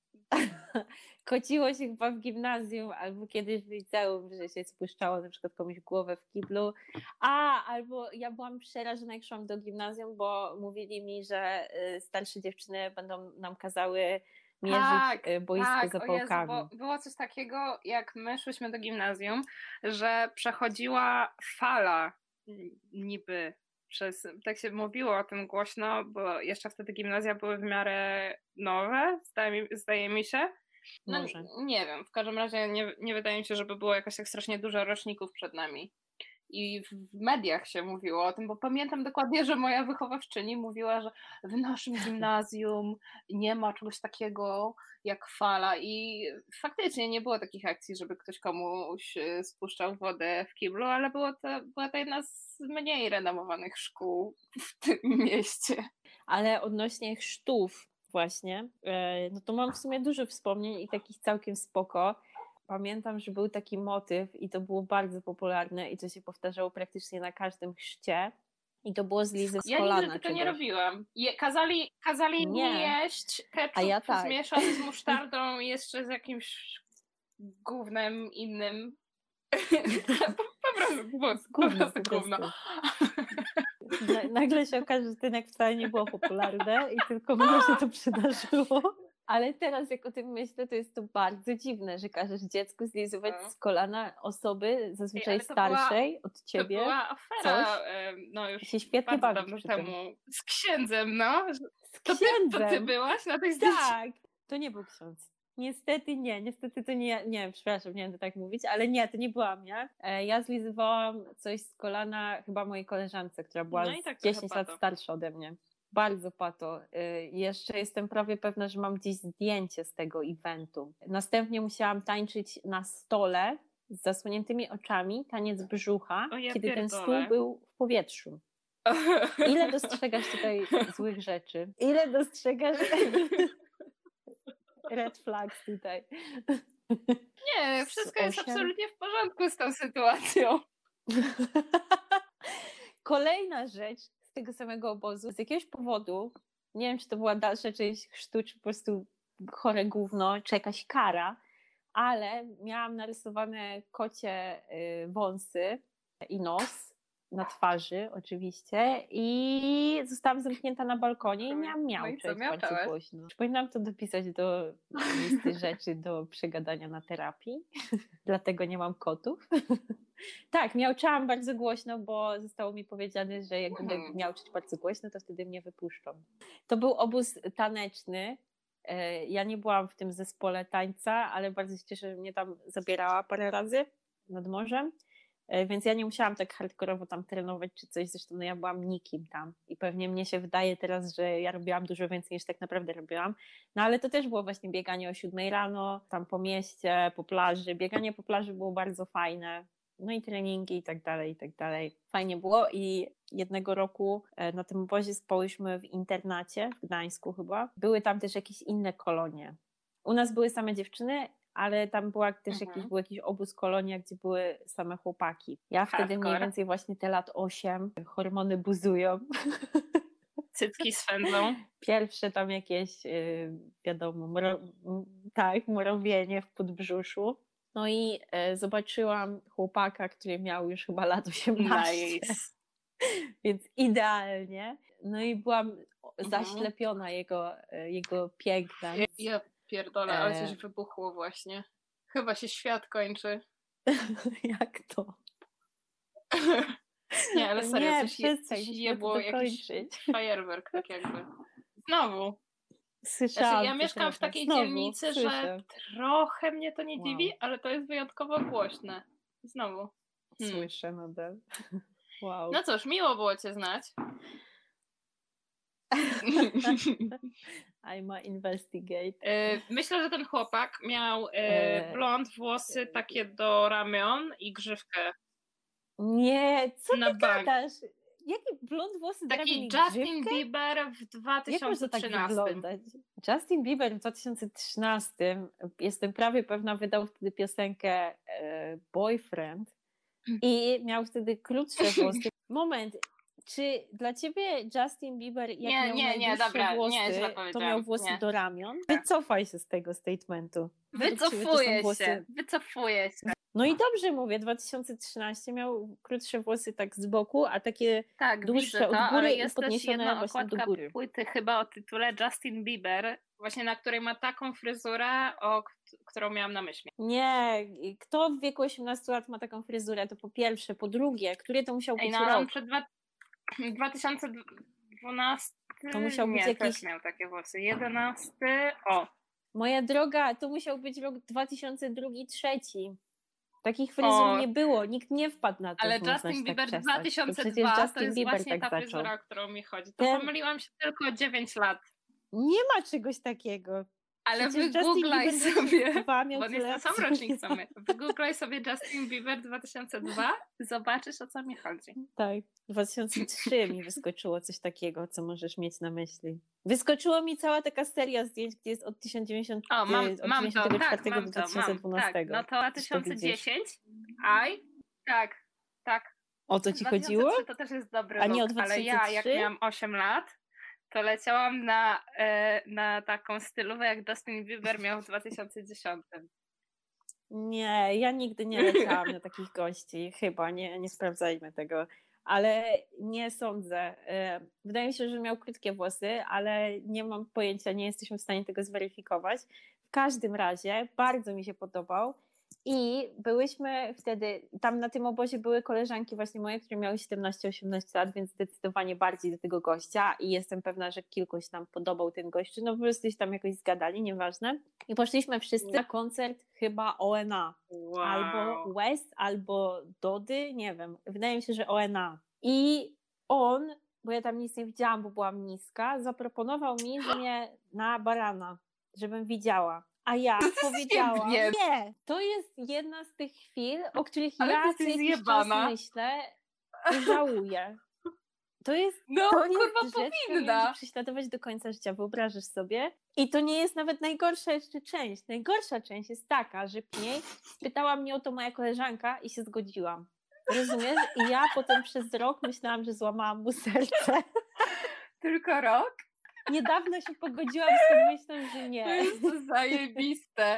kociło się chyba w gimnazjum albo kiedyś w liceum, że się spuszczało na przykład komuś głowę w kiblu. Albo ja byłam przerażona, jak szłam do gimnazjum, bo mówili mi, że starsze dziewczyny będą nam kazały mierzyć boisko zapałkami. Jezu, bo było coś takiego, jak my szłyśmy do gimnazjum, że przechodziła fala niby tak się mówiło o tym głośno, bo jeszcze wtedy gimnazja były w miarę nowe, zdaje mi się. No Może. nie wiem, w każdym razie nie wydaje mi się, żeby było jakoś tak strasznie dużo roczników przed nami. I w mediach się mówiło o tym, bo pamiętam dokładnie, że moja wychowawczyni mówiła, że w naszym gimnazjum nie ma czegoś takiego jak fala i faktycznie nie było takich akcji, żeby ktoś komuś spuszczał wodę w kiblu, ale była to jedna z mniej renomowanych szkół w tym mieście. Ale odnośnie chrztów właśnie, no to mam w sumie dużo wspomnień i takich całkiem spoko. Pamiętam, że był taki motyw i to było bardzo popularne i to się powtarzało praktycznie na każdym chrzcie. I to było zlizy z kolana. Ja nigdy tego nie robiłam. Kazali mi jeść ketchup zmieszany z musztardą i jeszcze z jakimś gównem innym. Po prostu gówno. Nagle się okaże, że Tynek wcale nie było popularne i tylko mnie się to przydarzyło. Ale teraz jak o tym myślę, to jest to bardzo dziwne, że każesz dziecku zlizywać z kolana osoby zazwyczaj starszej od ciebie. To była afera, już się świetnie bardzo bawić dawno temu. Z księdzem, no. Z księdzem? To ty byłaś na tej zdjęciu? Tak, to nie był ksiądz. Niestety to nie, przepraszam, nie wiem to tak mówić, ale nie, to nie byłam ja. Ja zlizywałam coś z kolana chyba mojej koleżance, która była 10 lat starsza ode mnie. Bardzo pato. Jeszcze jestem prawie pewna, że mam gdzieś zdjęcie z tego eventu. Następnie musiałam tańczyć na stole z zasłoniętymi oczami, taniec brzucha, kiedy ten stół był w powietrzu. Ile dostrzegasz tutaj złych rzeczy? Ile dostrzegasz red flags tutaj? Nie, wszystko jest absolutnie w porządku z tą sytuacją. Kolejna rzecz z tego samego obozu, z jakiegoś powodu, nie wiem, czy to była dalsza część chrztu, czy po prostu chore gówno, czy jakaś kara, ale miałam narysowane kocie wąsy i nos na twarzy oczywiście i zostałam zamknięta na balkonie i miałam miauczeć bardzo głośno. Powinnam to dopisać do listy rzeczy do przegadania na terapii, dlatego nie mam kotów. Tak, miauczałam bardzo głośno, bo zostało mi powiedziane, że jak będę miauczyć bardzo głośno, to wtedy mnie wypuszczą. To był obóz taneczny. Ja nie byłam w tym zespole tańca, ale bardzo się cieszę, że mnie tam zabierała parę razy nad morzem. Więc ja nie musiałam tak hardkorowo tam trenować czy coś, zresztą ja byłam nikim tam i pewnie mnie się wydaje teraz, że ja robiłam dużo więcej niż tak naprawdę robiłam, no ale to też było właśnie bieganie o 7 rano, tam po mieście, po plaży, bieganie po plaży było bardzo fajne, no i treningi i tak dalej, fajnie było i jednego roku na tym obozie spałyśmy w internacie w Gdańsku chyba, były tam też jakieś inne kolonie, u nas były same dziewczyny, ale tam była też był jakiś obóz kolonia, gdzie były same chłopaki. Ja wtedy mniej więcej właśnie te lat 8, hormony buzują. Cycki swędzą. Pierwsze tam jakieś, wiadomo, mrowienie w podbrzuszu. No i zobaczyłam chłopaka, który miał już chyba lat 18. Nice. Więc idealnie. No i byłam zaślepiona jego pięknem. Pierdolę, ale coś wybuchło właśnie. Chyba się świat kończy. Jak to? Nie, ale serio, coś jebło, jakiś fajerwerk, tak jakby. Znowu. Słyszałam. Znaczy, ja mieszkam w takiej dzielnicy, że trochę mnie to nie dziwi, ale to jest wyjątkowo głośne. Znowu. Słyszę nadal. Wow. No cóż, miło było cię znać. I'm a investigate. Myślę, że ten chłopak miał blond włosy takie do ramion i grzywkę. Nie, co ty gadasz? Jaki blond włosy do ramion i grzywkę? Taki Justin Bieber w 2013. Jak może tak wyglądać? Justin Bieber w 2013, jestem prawie pewna, wydał wtedy piosenkę Boyfriend i miał wtedy krótsze włosy. Moment. Czy dla ciebie Justin Bieber, jak miał najdłuższe włosy, to miał włosy do ramion? Wycofaj się z tego statementu. Wycofuję się. No i dobrze mówię, 2013 miał krótsze włosy tak z boku, a takie dłuższe od góry i podniesione właśnie do góry. Płyty chyba o tytule Justin Bieber, właśnie na której ma taką fryzurę, którą miałam na myśli. Nie, kto w wieku 18 lat ma taką fryzurę, to po pierwsze, po drugie, który to musiał być rok? 2012 to musiał być jakiś... też miał takie włosy. 11. Moja droga, to musiał być rok 2002-2003. Takich fryzur nie było, nikt nie wpadł na to. Ale Justin Bieber 2002 to jest właśnie ta fryzura, o którą mi chodzi. To pomyliłam się tylko o 9 lat. Nie ma czegoś takiego. Ale wygooglaj sobie, bo on jest ten sam rocznik co my. Wygooglaj sobie Justin Bieber 2002, zobaczysz, o co mi chodzi. Tak, 2003 mi wyskoczyło coś takiego, co możesz mieć na myśli. Wyskoczyło mi cała taka seria zdjęć, gdzie jest od 1994 do 2012. Tak, no to 2010, tak. O to ci chodziło? To też jest dobry A nie rok, o 2003? Ale ja, jak miałam 8 lat, to leciałam na taką stylówę, jak Justin Bieber miał w 2010. Nie, ja nigdy nie leciałam na takich gości. Chyba, nie sprawdzajmy tego. Ale nie sądzę. Wydaje mi się, że miał krótkie włosy, ale nie mam pojęcia, nie jesteśmy w stanie tego zweryfikować. W każdym razie bardzo mi się podobał. I byłyśmy wtedy, tam na tym obozie były koleżanki właśnie moje, które miały 17-18 lat, więc zdecydowanie bardziej do tego gościa i jestem pewna, że kilkuś tam podobał ten gościu, no po prostu się tam jakoś zgadali, nieważne. I poszliśmy wszyscy na koncert chyba ONA, albo West, albo Dody, nie wiem, wydaje mi się, że ONA. I on, bo ja tam nic nie widziałam, bo byłam niska, zaproponował mi, że mnie na barana, żebym widziała. A ja powiedziałam, nie, to jest jedna z tych chwil, o których ja co jakiś czas myślę i żałuję. To jest, to jest rzecz, która mnie będzie prześladować do końca życia, wyobrażasz sobie? I to nie jest nawet najgorsza jeszcze część. Najgorsza część jest taka, że później spytała mnie o to moja koleżanka i się zgodziłam. Rozumiesz? I ja potem przez rok myślałam, że złamałam mu serce. Tylko rok? Niedawno się pogodziłam z tą myślą, że nie. To jest zajebiste.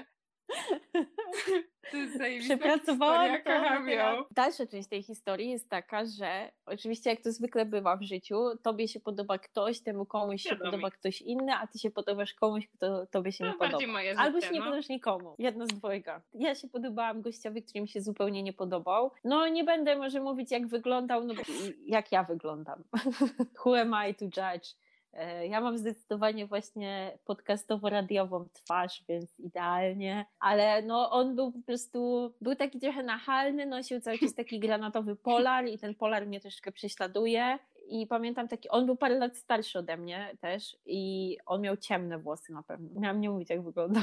To jest zajebista Przepracowałam historia, to. kocham ją. Dalsza część tej historii jest taka, że oczywiście jak to zwykle bywa w życiu, tobie się podoba ktoś, temu komuś się Wiadomo. podoba ktoś inny, a ty się podobasz komuś, kto tobie się To nie bardziej podoba. moje Albo życie, się nie no. podobasz nikomu. Jedno z dwojga. Ja się podobałam gościowi, który mi się zupełnie nie podobał. No nie będę może mówić jak wyglądał, no bo jak ja wyglądam. Who am I to judge? Ja mam zdecydowanie właśnie podcastowo-radiową twarz, więc idealnie, ale no on był po prostu, był taki trochę nachalny, nosił cały czas taki granatowy polar i ten polar mnie troszkę prześladuje i pamiętam taki, on był parę lat starszy ode mnie też i on miał ciemne włosy na pewno, miałam nie mówić jak wyglądał.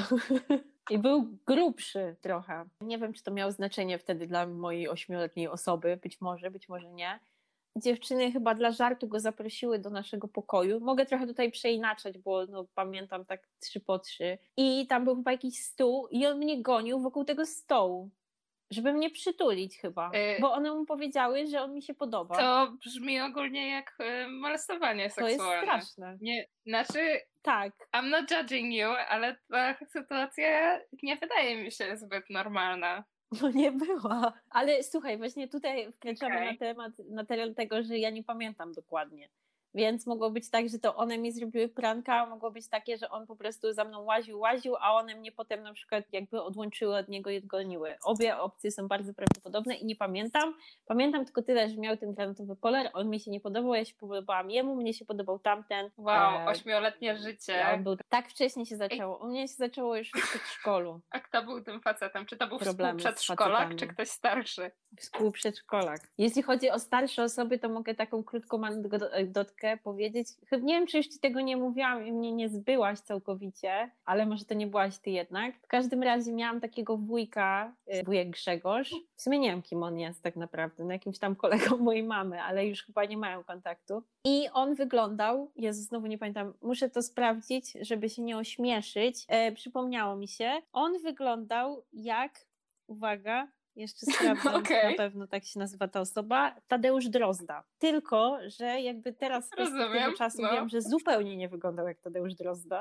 I był grubszy trochę. Nie wiem, czy to miało znaczenie wtedy dla mojej 8-letniej osoby, być może nie. Dziewczyny chyba dla żartu go zaprosiły do naszego pokoju. Mogę trochę tutaj przeinaczać, bo no, pamiętam tak 3x3. I tam był chyba jakiś stół i on mnie gonił wokół tego stołu, żeby mnie przytulić chyba. Bo one mu powiedziały, że on mi się podoba. To brzmi ogólnie jak molestowanie To jest seksualne. straszne. Nie, znaczy, Tak. I'm not judging you, ale ta sytuacja nie wydaje mi się zbyt normalna. No nie była. Ale słuchaj, właśnie tutaj wkraczamy Okej. na teren tego, że ja nie pamiętam dokładnie. Więc mogło być tak, że to one mi zrobiły pranka, a mogło być takie, że on po prostu za mną łaził, a one mnie potem na przykład jakby odłączyły od niego i odgoniły. Obie opcje są bardzo prawdopodobne i nie pamiętam. Pamiętam tylko tyle, że miał ten granatowy polar, on mi się nie podobał, ja się podobałam jemu, mnie się podobał tamten. Wow, 8-letnie życie. On był, tak wcześnie się zaczęło. U mnie się zaczęło już w przedszkolu. A kto był tym facetem? Czy to był Problemy z współprzedszkolak, facetami. czy ktoś starszy? Współprzedszkolak. Jeśli chodzi o starsze osoby, to mogę taką krótką anegdotkę powiedzieć. Chyba nie wiem, czy już ci tego nie mówiłam i mnie nie zbyłaś całkowicie, ale może to nie byłaś ty jednak. W każdym razie miałam takiego wujka, wujek Grzegorz. W sumie nie wiem, kim on jest tak naprawdę, no jakimś tam kolegą mojej mamy, ale już chyba nie mają kontaktu. I on wyglądał, Jezu, znowu nie pamiętam, muszę to sprawdzić, żeby się nie ośmieszyć. Przypomniało mi się. On wyglądał jak, uwaga, jeszcze sprawdzam, Okej. na pewno tak się nazywa ta osoba, Tadeusz Drozda. Tylko, że jakby teraz z perspektywy Rozumiem, czasu no. wiem, że zupełnie nie wyglądał jak Tadeusz Drozda.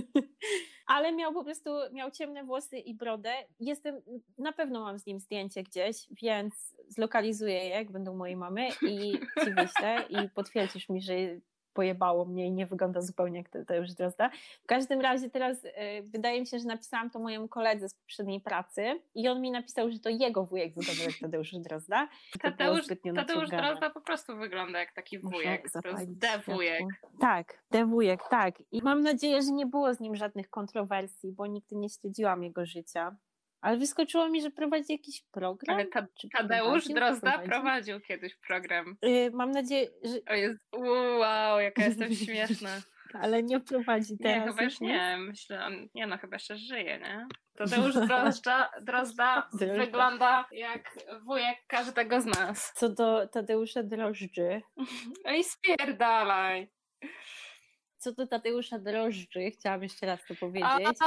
Ale miał po prostu, miał ciemne włosy i brodę. Na pewno mam z nim zdjęcie gdzieś, więc zlokalizuję je, jak będą mojej mamy i ci wyślę i potwierdzisz mi, że pojebało mnie i nie wygląda zupełnie jak Tadeusz Drozda. W każdym razie teraz wydaje mi się, że napisałam to mojemu koledze z poprzedniej pracy i on mi napisał, że to jego wujek wygląda jak Tadeusz Drozda. Tadeusz Drozda po prostu wygląda jak taki wujek. To jest D-wujek. Tak, D-wujek, tak. I mam nadzieję, że nie było z nim żadnych kontrowersji, bo nigdy nie śledziłam jego życia. Ale wyskoczyło mi, że prowadzi jakiś program. Ale Tadeusz Drozda prowadził kiedyś program. Mam nadzieję, że... O jest, wow, jaka jestem śmieszna. Ale nie prowadzi teraz. Nie, chyba już nie. Myślę, chyba jeszcze żyje, nie? Tadeusz Drozda wygląda jak wujek każdego z nas. Co do Tadeusza Drożdży. No i spierdalaj. Co do Tadeusza Drożdży, chciałam jeszcze raz to powiedzieć.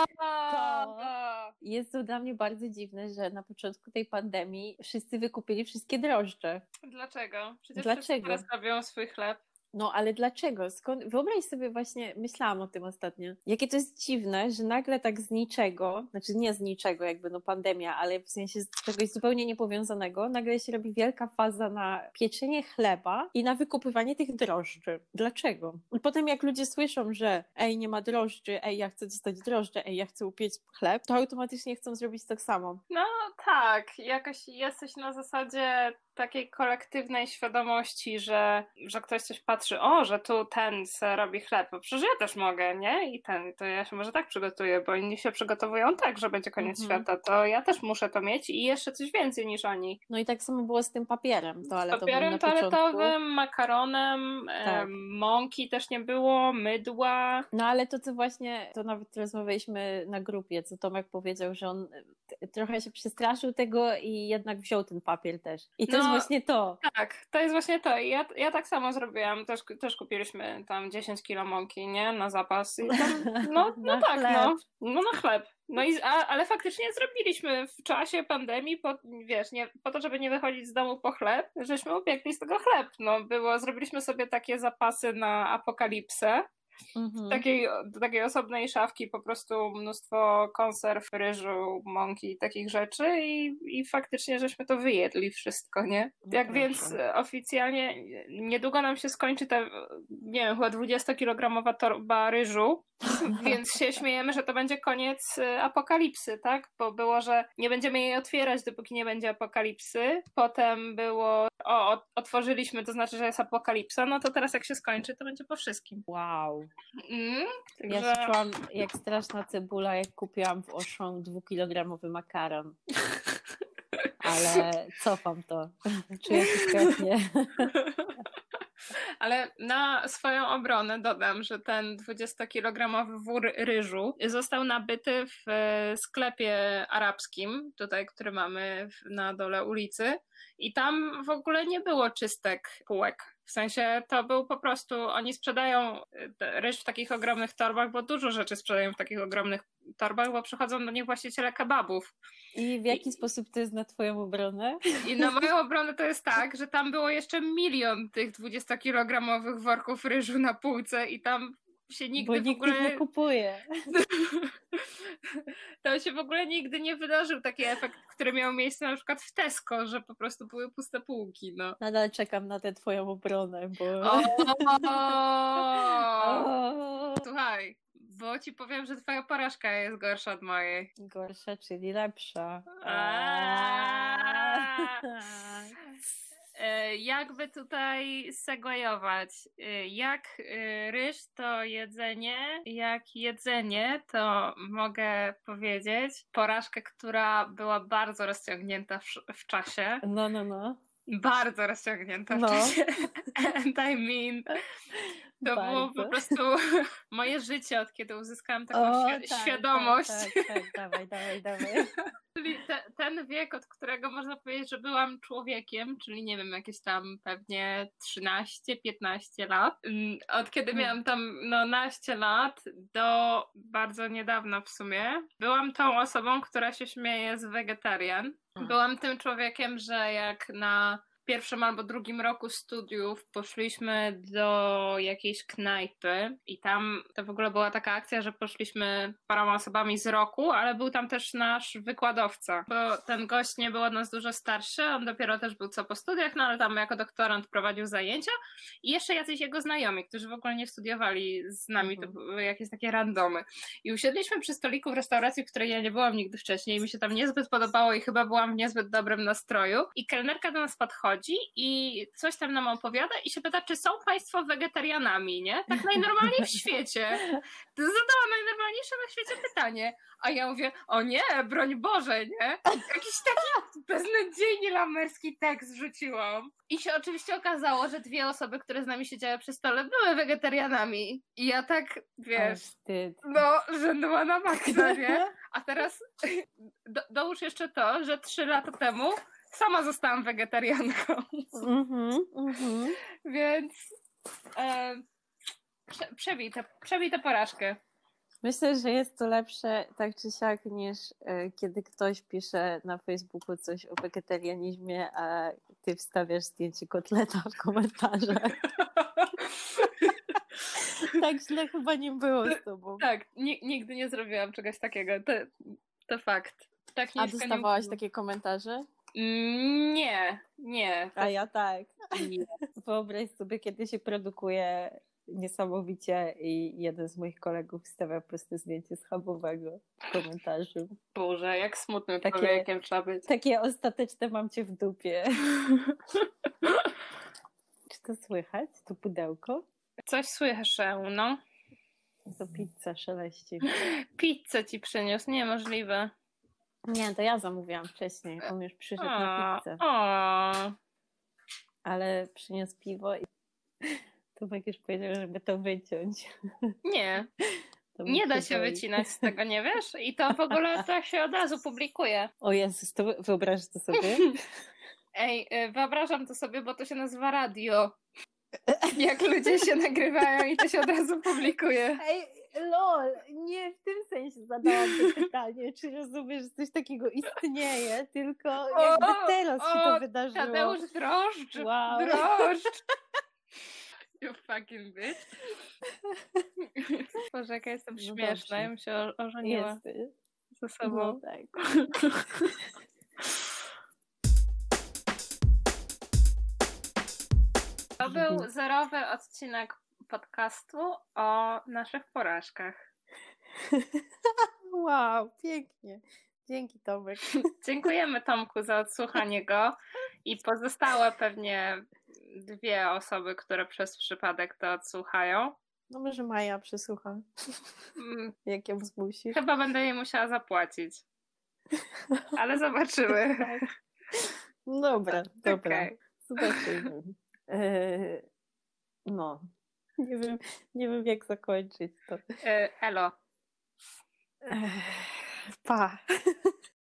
Jest to dla mnie bardzo dziwne, że na początku tej pandemii wszyscy wykupili wszystkie drożdże. Dlaczego? Przecież wszyscy teraz robią swój chleb. No ale dlaczego? Skąd? Wyobraź sobie właśnie, myślałam o tym ostatnio, jakie to jest dziwne, że nagle tak z niczego, znaczy nie z niczego jakby no pandemia, ale w sensie z czegoś zupełnie niepowiązanego, nagle się robi wielka faza na pieczenie chleba i na wykupywanie tych drożdży. Dlaczego? I potem jak ludzie słyszą, że nie ma drożdży, ja chcę dostać drożdże, ja chcę upiec chleb, to automatycznie chcą zrobić tak samo. No tak, jakoś jesteś na zasadzie takiej kolektywnej świadomości, że ktoś coś patrzy, że tu ten se robi chleb, bo przecież ja też mogę, nie? I to ja się może tak przygotuję, bo inni się przygotowują tak, że będzie koniec świata, to ja też muszę to mieć i jeszcze coś więcej niż oni. No i tak samo było z tym papierem toaletowym. Z papierem toaletowym, makaronem, tak. Mąki też nie było, mydła. No ale to co właśnie, to nawet rozmawialiśmy na grupie, co Tomek powiedział, że on trochę się przestraszył tego i jednak wziął ten papier też. I to jest właśnie to. Tak, to jest właśnie to. I ja tak samo zrobiłam. Też kupiliśmy tam 10 kilo mąki, nie? Na zapas. I tam, no tak, chleb. No na chleb. No ale faktycznie zrobiliśmy w czasie pandemii, po to, żeby nie wychodzić z domu po chleb, żeśmy upiekli z tego chleb. Zrobiliśmy sobie takie zapasy na apokalipsę. do takiej osobnej szafki po prostu mnóstwo konserw, ryżu, mąki i takich rzeczy i faktycznie żeśmy to wyjedli wszystko, nie? Jak więc oficjalnie niedługo nam się skończy ta, nie wiem, chyba 20-kilogramowa torba ryżu, więc się śmiejemy, że to będzie koniec apokalipsy, tak? Bo było, że nie będziemy jej otwierać, dopóki nie będzie apokalipsy. Potem było, otworzyliśmy, to znaczy, że jest apokalipsa, no to teraz jak się skończy, to będzie po wszystkim. Wow. Także... Ja się czułam jak straszna cebula, jak kupiłam w Auchan 2-kilogramowy makaron. Ale cofam to. Czuję się świetnie. Ale na swoją obronę dodam, że ten 20-kilogramowy wór ryżu został nabyty w sklepie arabskim, tutaj, który mamy na dole ulicy i tam w ogóle nie było czystek półek. W sensie to był po prostu, oni sprzedają ryż w takich ogromnych torbach, bo dużo rzeczy sprzedają w takich ogromnych torbach, bo przychodzą do nich właściciele kebabów. I w jaki sposób to jest na twoją obronę? I na moją obronę to jest tak, że tam było jeszcze 1 milion tych 20-kilogramowych worków ryżu na półce i tam się nigdy bo w ogóle... nikt nie kupuje. To się w ogóle nigdy nie wydarzył taki efekt, który miał miejsce na przykład w Tesco, że po prostu były puste półki, no. Nadal czekam na tę twoją obronę, bo... Słuchaj, bo ci powiem, że twoja porażka jest gorsza od mojej. Gorsza, czyli lepsza. Jakby tutaj segwayować, jak ryż to jedzenie, jak jedzenie to mogę powiedzieć porażkę, która była bardzo rozciągnięta w czasie. No. Bardzo rozciągnięta w czasie. And I mean, to było po prostu moje życie, od kiedy uzyskałam taką świadomość. Tak, dawaj. Czyli ten wiek, od którego można powiedzieć, że byłam człowiekiem, czyli nie wiem, jakieś tam pewnie 13-15 lat. Od kiedy miałam tam naście lat do bardzo niedawna w sumie, byłam tą osobą, która się śmieje z wegetarian. Byłam tym człowiekiem, że jak na pierwszym albo drugim roku studiów poszliśmy do jakiejś knajpy i tam to w ogóle była taka akcja, że poszliśmy paroma osobami z roku, ale był tam też nasz wykładowca, bo ten gość nie był od nas dużo starszy, on dopiero też był co po studiach, no ale tam jako doktorant prowadził zajęcia i jeszcze jacyś jego znajomi, którzy w ogóle nie studiowali z nami, to były jakieś takie randomy. I usiedliśmy przy stoliku w restauracji, w której ja nie byłam nigdy wcześniej i mi się tam niezbyt podobało i chyba byłam w niezbyt dobrym nastroju i kelnerka do nas podchodzi i coś tam nam opowiada i się pyta, czy są państwo wegetarianami, nie? Tak najnormalniej w świecie. Zadała najnormalniejsze na świecie pytanie. A ja mówię, o nie, broń Boże, nie? Jakiś taki beznadziejnie lamerski tekst rzuciłam. I się oczywiście okazało, że 2 osoby, które z nami siedziały przy stole, były wegetarianami. I ja tak, wiesz, żenęła na maksa, nie? A teraz dołóż jeszcze to, że 3 lata temu sama zostałam wegetarianką. Więc przebij tę porażkę. Myślę, że jest to lepsze tak czy siak niż kiedy ktoś pisze na Facebooku coś o wegetarianizmie, a ty wstawiasz zdjęcie kotleta w komentarzach. Tak źle chyba nie było z tobą. Tak, nigdy nie zrobiłam czegoś takiego. To fakt. Tak, a dostawałaś takie komentarze? Nie. A ja tak. Wyobraź sobie, kiedy się produkuje niesamowicie i jeden z moich kolegów wstawia po prostu zdjęcie schabowego w komentarzu. Boże, jak smutnym człowiekiem trzeba być. Takie ostateczne mam cię w dupie. Czy to słychać? To pudełko? Coś słyszę, no. To pizza szeleści. Pizzę ci przyniósł, niemożliwe. Nie, to ja zamówiłam wcześniej. On już przyszedł na pizzę. Ale przyniósł piwo i Tomek już powiedział, żeby to wyciąć. Nie. Nie da się wycinać z tego, nie wiesz? I to w ogóle tak się od razu publikuje. O Jezus, to wyobrażasz to sobie? Ej, wyobrażam to sobie, bo to się nazywa radio. Jak ludzie się nagrywają i to się od razu publikuje. Ej, lol, nie w tym sensie zadałam to pytanie, czy rozumiesz, że coś takiego istnieje, tylko jakby teraz się to wydarzyło. Tadeusz Drożdż! Wow. Drożdż! You fucking bitch. Boże, jaka jestem No śmieszna. dobrze. Ja bym się ożeniła Jesteś. ze sobą. No tak. To był zerowy odcinek podcastu o naszych porażkach. Wow, pięknie. Dzięki, Tomek. Dziękujemy Tomku za odsłuchanie go i pozostałe pewnie 2 osoby, które przez przypadek to odsłuchają. No może Maja przesłucha, jak ją zmusisz. Chyba będę jej musiała zapłacić. Ale zobaczymy. Dobra. Okej. Zobaczymy. No. Nie wiem jak zakończyć to. Elo. Pa.